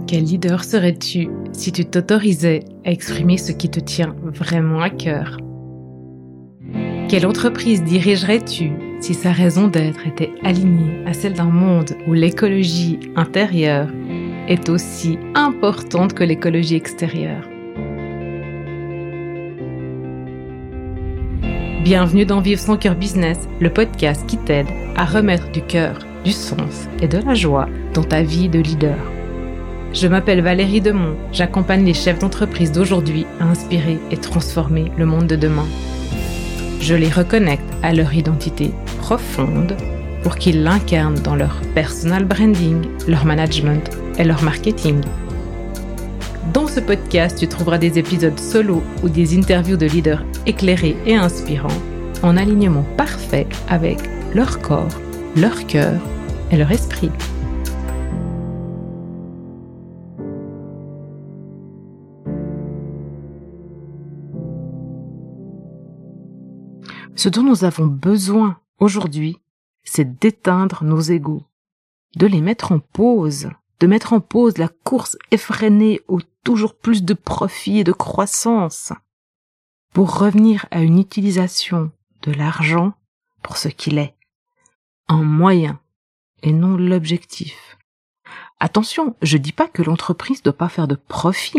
Quel leader serais-tu si tu t'autorisais à exprimer ce qui te tient vraiment à cœur? Quelle entreprise dirigerais-tu si sa raison d'être était alignée à celle d'un monde où l'écologie intérieure est aussi importante que l'écologie extérieure? Bienvenue dans Vivre son cœur business, le podcast qui t'aide à remettre du cœur, du sens et de la joie dans ta vie de leader. Je m'appelle Valérie Demont, j'accompagne les chefs d'entreprise d'aujourd'hui à inspirer et transformer le monde de demain. Je les reconnecte à leur identité profonde pour qu'ils l'incarnent dans leur personal branding, leur management et leur marketing. Dans ce podcast, tu trouveras des épisodes solo ou des interviews de leaders éclairés et inspirants en alignement parfait avec leur corps, leur cœur et leur esprit. Ce dont nous avons besoin aujourd'hui, c'est d'éteindre nos égos, de les mettre en pause, de mettre en pause la course effrénée au toujours plus de profit et de croissance, pour revenir à une utilisation de l'argent pour ce qu'il est, un moyen et non l'objectif. Attention, je dis pas que l'entreprise doit pas faire de profit.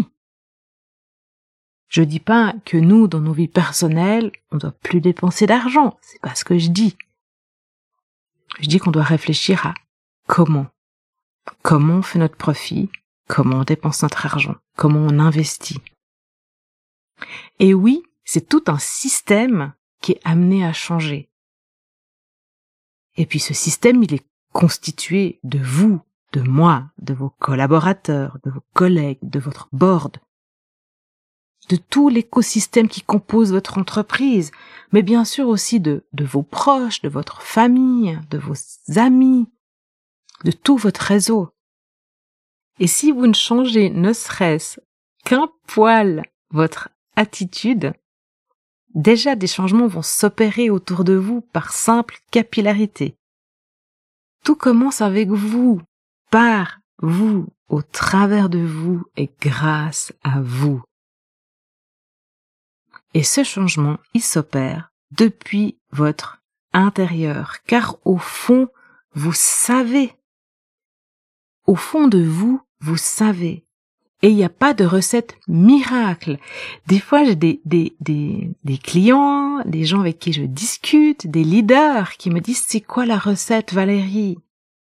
Je dis pas que nous, dans nos vies personnelles, on doit plus dépenser d'argent. C'est pas ce que je dis. Je dis qu'on doit réfléchir à comment. Comment on fait notre profit, comment on dépense notre argent, comment on investit. Et oui, c'est tout un système qui est amené à changer. Et puis ce système, il est constitué de vous, de moi, de vos collaborateurs, de vos collègues, de votre board, de tout l'écosystème qui compose votre entreprise, mais bien sûr aussi de vos proches, de votre famille, de vos amis, de tout votre réseau. Et si vous ne changez ne serait-ce qu'un poil votre attitude, déjà des changements vont s'opérer autour de vous par simple capillarité. Tout commence avec vous, par vous, au travers de vous et grâce à vous. Et ce changement, il s'opère depuis votre intérieur, car au fond, vous savez. Au fond de vous, vous savez. Et il n'y a pas de recette miracle. Des fois, j'ai des clients, des gens avec qui je discute, des leaders qui me disent « C'est quoi la recette, Valérie ?»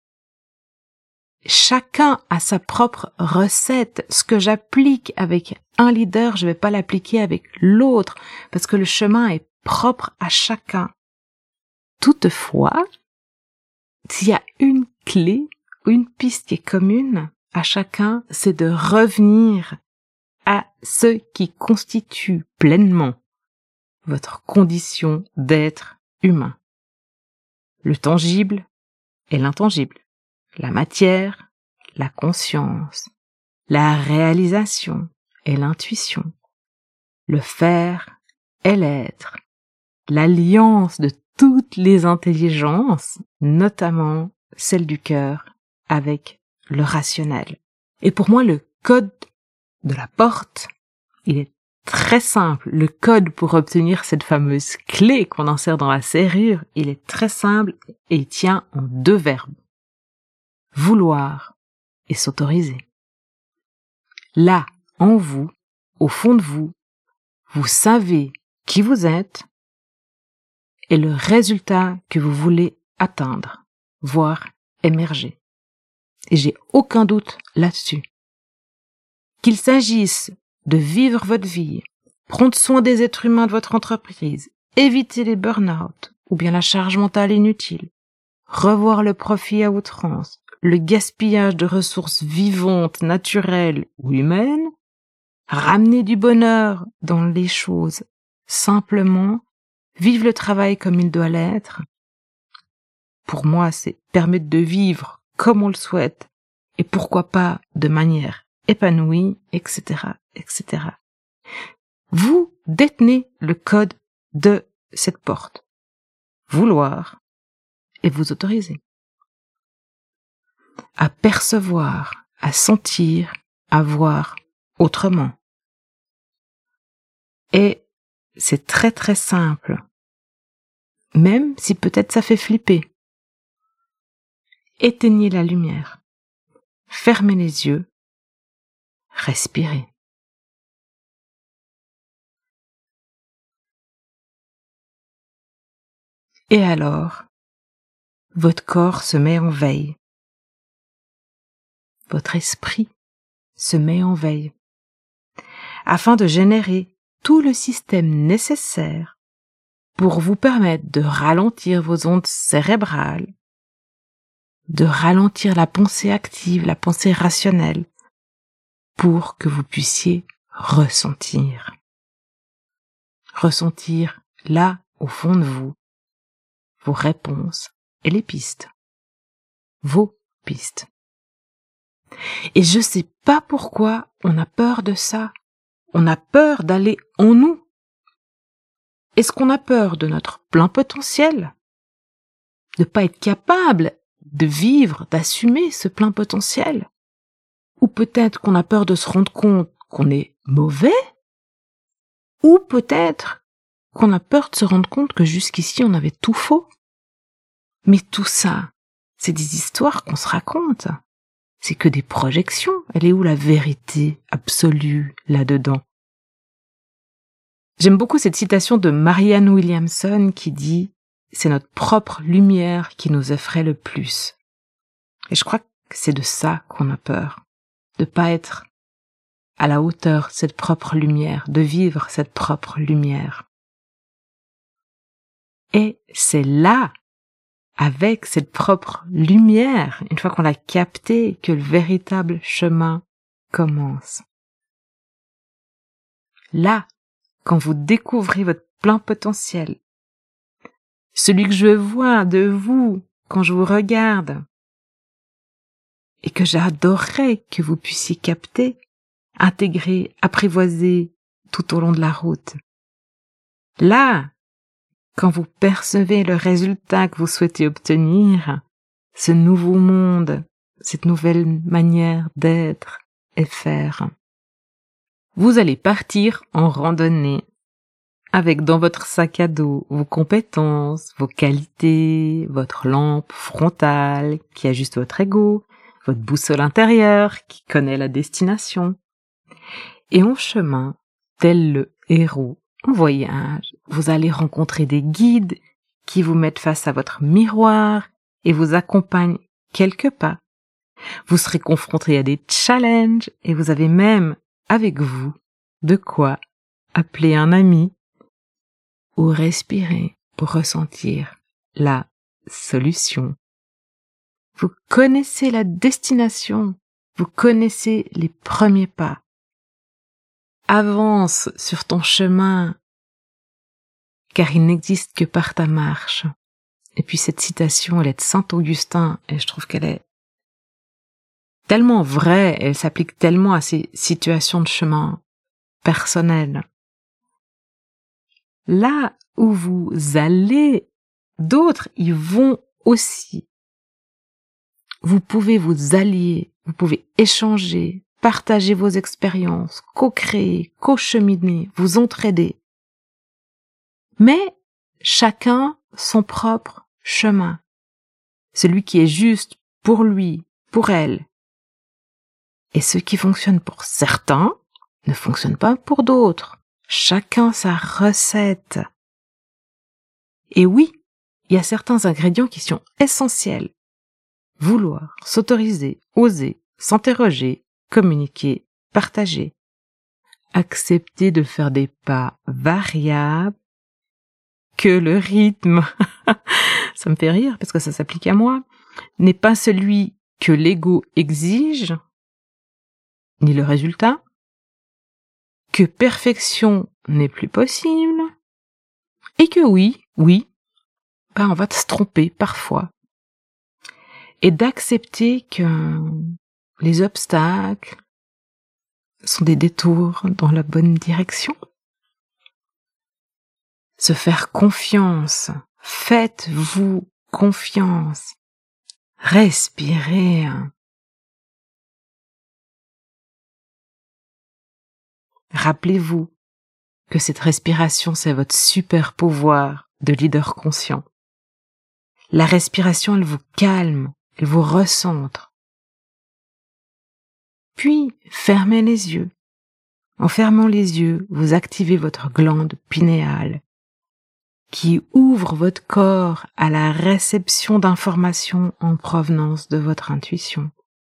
Chacun a sa propre recette. Ce que j'applique avec un leader, je vais pas l'appliquer avec l'autre, parce que le chemin est propre à chacun. Toutefois, s'il y a une clé ou une piste qui est commune à chacun, c'est de revenir à ce qui constitue pleinement votre condition d'être humain. Le tangible et l'intangible. La matière, la conscience, la réalisation et l'intuition, le faire et l'être, l'alliance de toutes les intelligences, notamment celle du cœur, avec le rationnel. Et pour moi, le code de la porte, il est très simple. Le code pour obtenir cette fameuse clé qu'on insère dans la serrure, il est très simple et il tient en 2 verbes. Vouloir et s'autoriser. Là, en vous, au fond de vous, vous savez qui vous êtes et le résultat que vous voulez atteindre, voire émerger. Et j'ai aucun doute là-dessus. Qu'il s'agisse de vivre votre vie, prendre soin des êtres humains de votre entreprise, éviter les burn-out ou bien la charge mentale inutile, revoir le profit à outrance, le gaspillage de ressources vivantes, naturelles ou humaines, ramener du bonheur dans les choses simplement, vivre le travail comme il doit l'être. Pour moi, c'est permettre de vivre comme on le souhaite et pourquoi pas de manière épanouie, etc., etc. Vous détenez le code de cette porte. Vouloir et vous autoriser à percevoir, à sentir à voir autrement. Et c'est très très simple, même si peut-être ça fait flipper. Éteignez la lumière, fermez les yeux, respirez. Et alors, votre corps se met en veille. Votre esprit se met en veille, afin de générer tout le système nécessaire pour vous permettre de ralentir vos ondes cérébrales, de ralentir la pensée active, la pensée rationnelle, pour que vous puissiez ressentir. Ressentir là, au fond de vous, vos réponses et les pistes. Vos pistes. Et je sais pas pourquoi on a peur de ça. On a peur d'aller en nous. Est-ce qu'on a peur de notre plein potentiel? De pas être capable de vivre, d'assumer ce plein potentiel? Ou peut-être qu'on a peur de se rendre compte qu'on est mauvais? Ou peut-être qu'on a peur de se rendre compte que jusqu'ici on avait tout faux? Mais tout ça, c'est des histoires qu'on se raconte. C'est que des projections. Elle est où la vérité absolue là-dedans? J'aime beaucoup cette citation de Marianne Williamson qui dit « C'est notre propre lumière qui nous effraie le plus ». Et je crois que c'est de ça qu'on a peur. De pas être à la hauteur de cette propre lumière, de vivre cette propre lumière. Et c'est là, avec cette propre lumière, une fois qu'on l'a captée, que le véritable chemin commence. Là, quand vous découvrez votre plein potentiel, celui que je vois de vous quand je vous regarde, et que j'adorerais que vous puissiez capter, intégrer, apprivoiser tout au long de la route. Là, quand vous percevez le résultat que vous souhaitez obtenir, ce nouveau monde, cette nouvelle manière d'être et faire, vous allez partir en randonnée avec dans votre sac à dos vos compétences, vos qualités, votre lampe frontale qui ajuste votre ego, votre boussole intérieure qui connaît la destination. Et en chemin, tel le héros en voyage, vous allez rencontrer des guides qui vous mettent face à votre miroir et vous accompagnent quelques pas. Vous serez confronté à des challenges et vous avez même avec vous de quoi appeler un ami ou respirer pour ressentir la solution. Vous connaissez la destination, vous connaissez les premiers pas. Avance sur ton chemin, car il n'existe que par ta marche. Et puis cette citation, elle est de Saint-Augustin, et je trouve qu'elle est tellement vraie, elle s'applique tellement à ces situations de chemin personnelles. Là où vous allez, d'autres y vont aussi. Vous pouvez vous allier, vous pouvez échanger, partager vos expériences, co-créer, co-cheminer, vous entraider. Mais chacun son propre chemin. Celui qui est juste pour lui, pour elle. Et ce qui fonctionne pour certains ne fonctionne pas pour d'autres. Chacun sa recette. Et oui, il y a certains ingrédients qui sont essentiels. Vouloir, s'autoriser, oser, s'interroger, communiquer, partager. Accepter de faire des pas variables, que le rythme, ça me fait rire parce que ça s'applique à moi, n'est pas celui que l'ego exige, ni le résultat, que perfection n'est plus possible, et que oui, on va se tromper parfois. Et d'accepter que les obstacles sont des détours dans la bonne direction. Se faire confiance. Faites-vous confiance. Respirez. Rappelez-vous que cette respiration, c'est votre super pouvoir de leader conscient. La respiration, elle vous calme, elle vous recentre. Puis, fermez les yeux. En fermant les yeux, vous activez votre glande pinéale qui ouvre votre corps à la réception d'informations en provenance de votre intuition.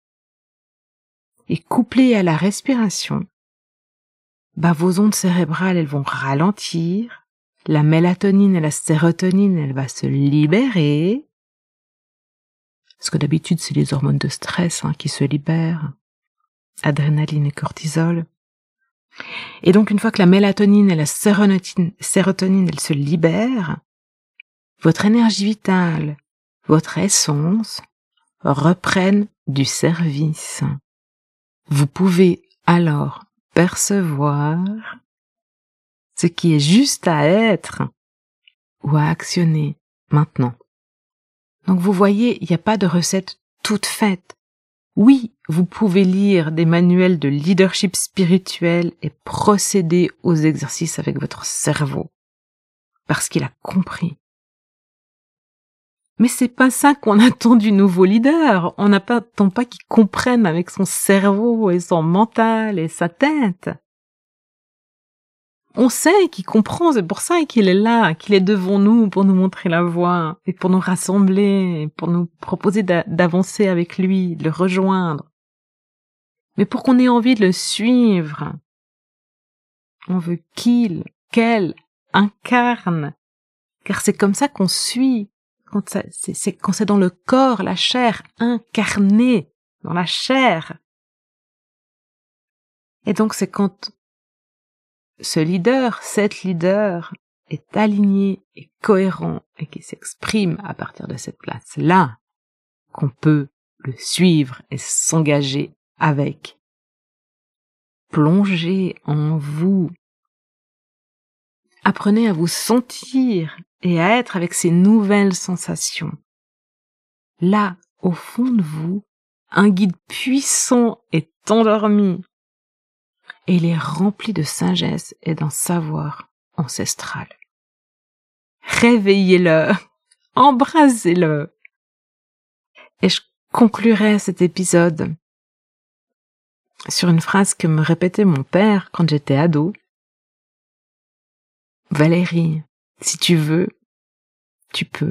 Et couplé à la respiration, vos ondes cérébrales, elles vont ralentir, la mélatonine et la sérotonine, elle va se libérer, parce que d'habitude, c'est les hormones de stress qui se libèrent, adrénaline et cortisol. Et donc, une fois que la mélatonine et la sérotonine, elles se libèrent, votre énergie vitale, votre essence reprennent du service. Vous pouvez alors percevoir ce qui est juste à être ou à actionner maintenant. Donc, vous voyez, il n'y a pas de recette toute faite. Oui, vous pouvez lire des manuels de leadership spirituel et procéder aux exercices avec votre cerveau, parce qu'il a compris. Mais c'est pas ça qu'on attend du nouveau leader. On n'attend pas qu'il comprenne avec son cerveau et son mental et sa tête. On sait qu'il comprend, c'est pour ça qu'il est là, qu'il est devant nous pour nous montrer la voie et pour nous rassembler, pour nous proposer d'avancer avec lui, de le rejoindre. Mais pour qu'on ait envie de le suivre, on veut qu'elle incarne, car c'est comme ça qu'on suit, quand c'est dans le corps, la chair, incarnée dans la chair. Et donc c'est quand cette leader est aligné et cohérent et qui s'exprime à partir de cette place-là qu'on peut le suivre et s'engager avec. Plongez en vous. Apprenez à vous sentir et à être avec ces nouvelles sensations. Là, au fond de vous, un guide puissant est endormi. Et il est rempli de sagesse et d'un savoir ancestral. Réveillez-le, embrassez-le. Et je conclurai cet épisode sur une phrase que me répétait mon père quand j'étais ado. Valérie, si tu veux, tu peux.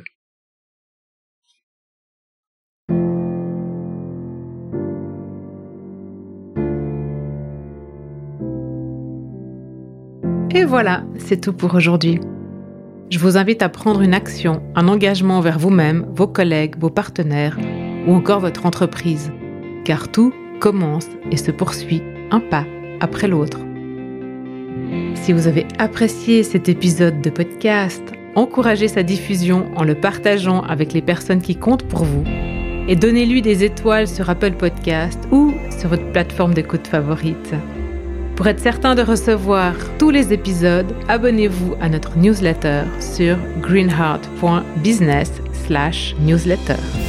Et voilà, c'est tout pour aujourd'hui. Je vous invite à prendre une action, un engagement envers vous-même, vos collègues, vos partenaires ou encore votre entreprise, car tout commence et se poursuit un pas après l'autre. Si vous avez apprécié cet épisode de podcast, encouragez sa diffusion en le partageant avec les personnes qui comptent pour vous et donnez-lui des étoiles sur Apple Podcast ou sur votre plateforme d'écoute favorite. Pour être certain de recevoir tous les épisodes, abonnez-vous à notre newsletter sur greenheart.business/newsletter.